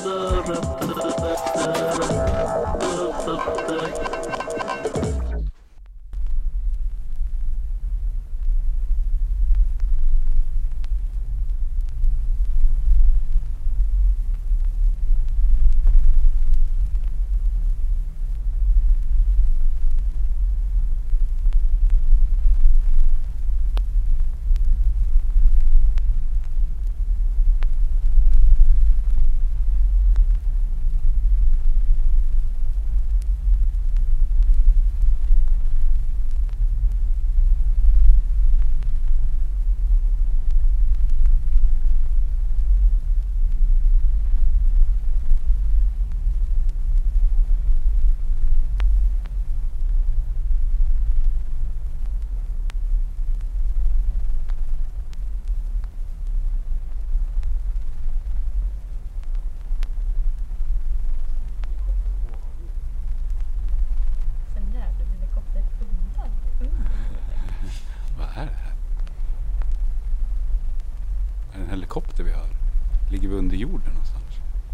Helikopter vi hör. Ligger vi under jorden någonstans?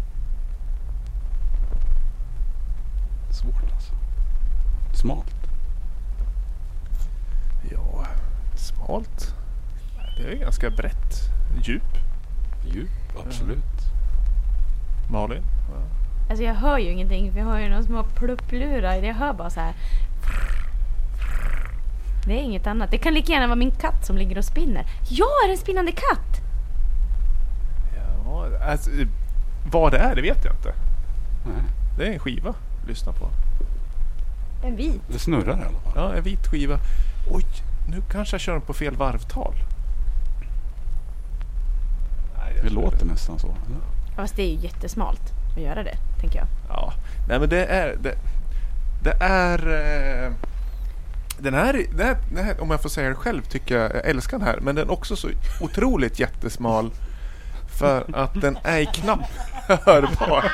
Svårt alltså. Smalt. Ja, smalt. Det är ganska brett. Djup, absolut. Malin? Ja. Alltså jag hör ju ingenting, för jag har ju några små plupplurar. Jag hör bara så här. Det är inget annat. Det kan lika gärna vara min katt som ligger och spinner. Jag är en spinnande katt! Ja, alltså, vad det är, det vet jag inte. Nej. Det är en skiva. Lyssna på. En vit. Det snurrar i alla fall. Ja, en vit skiva. Oj, nu kanske jag kör den på fel varvtal. Nej, Det låter nästan så. Eller? Fast det är ju jättesmalt att göra det, tänker jag. Ja, nej men det är den här, om jag får säga det själv, tycker jag älskar den här, men den är också så otroligt jättesmal för att den är knappt hörbar.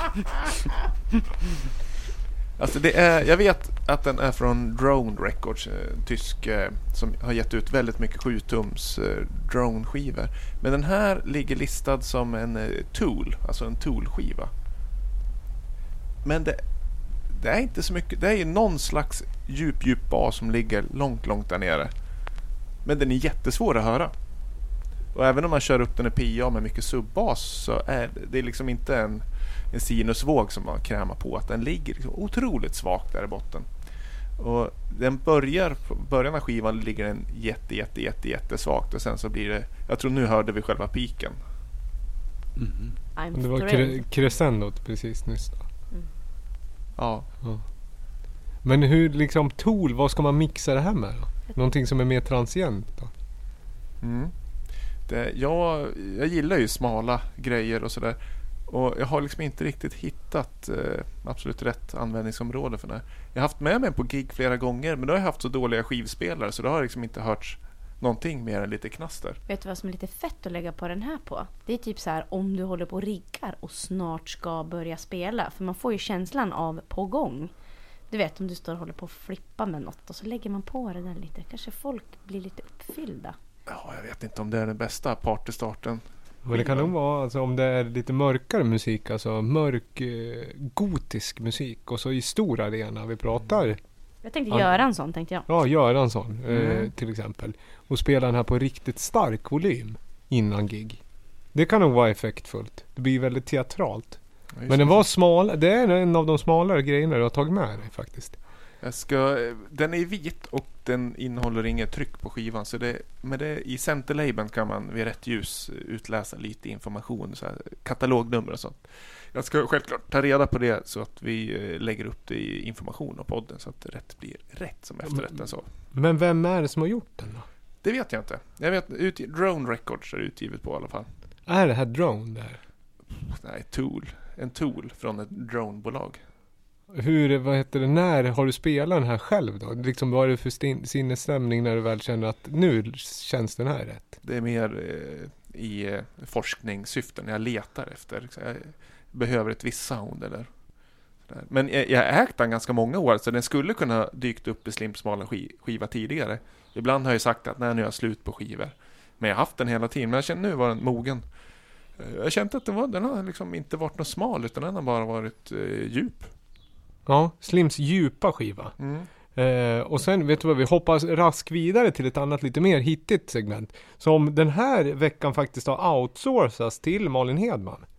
Alltså jag vet att den är från Drone Records, tysk, som har gett ut väldigt mycket 7-tums drone-skivor. Men den här ligger listad som en Tool, alltså en Tool-skiva. Men det är inte så mycket, det är ju någon slags djup bas som ligger långt där nere. Men den är jättesvår att höra. Och även om man kör upp den i PA med mycket subbas, så är det liksom inte en sinusvåg som man krämar på, att den ligger liksom otroligt svagt där i botten. Och den början av skivan ligger den jättesvagt, och sen så blir det, jag tror nu hörde vi själva piken. Det var crescendot precis nyss då. Ja. Men hur liksom Tool, vad ska man mixa det här med då? Någonting som är mer transient då? Jag gillar ju smala grejer och sådär. Och jag har liksom inte riktigt hittat absolut rätt användningsområde för det här. Jag har haft med mig på gig flera gånger, men då har jag haft så dåliga skivspelare så då har jag liksom inte hört någonting mer än lite knaster. Vet du vad som är lite fett att lägga på den här på? Det är typ så här, om du håller på och riggar och snart ska börja spela. För man får ju känslan av på gång. Du vet, om du står och håller på och flippa med något och så lägger man på det där lite. Kanske folk blir lite uppfyllda. Ja, jag vet inte om det är den bästa partystarten. Men det kan nog vara, alltså, om det är lite mörkare musik, alltså mörk gotisk musik, och så i stor arena vi pratar. Jag tänkte göra en sån, tänkte jag. Ja, göra en sån till exempel. Och spela den här på riktigt stark volym innan gig. Det kan nog vara effektfullt. Det blir väldigt teatralt. Ja, men den var smal. Det är en av de smalare grejerna du har tagit med dig faktiskt. Den är vit och den innehåller inget tryck på skivan, så i centerlabeln kan man vid rätt ljus utläsa lite information, så här, katalognummer och sånt. Jag ska självklart ta reda på det så att vi lägger upp det i information och podden, så att rätt blir rätt som efterrätten så. Men vem är det som har gjort den då? Det vet jag inte. Jag vet Drone Records är utgivet på i alla fall. Är det här Drone där? Nej, Tool. En Tool från ett dronebolag. När har du spelat den här själv då? Liksom, vad är det för sinnesstämning när du väl känner att nu känns den här rätt? Det är mer i forskningssyften. Jag letar efter. Jag behöver ett visst sound eller sådär. Men jag har ägt den ganska många år, så den skulle kunna dykt upp i slimsmala skiva tidigare. Ibland har jag sagt att nu är jag slut på skivor. Men jag har haft den hela tiden. Men jag känner nu var den mogen. Jag kände att den har liksom inte varit någon smal, utan den har bara varit djup. Ja, Slims djupa skiva. Och sen, vet du vad, vi hoppas raskt vidare till ett annat lite mer hittigt segment. Som den här veckan faktiskt har outsourcats till Malin Hedman.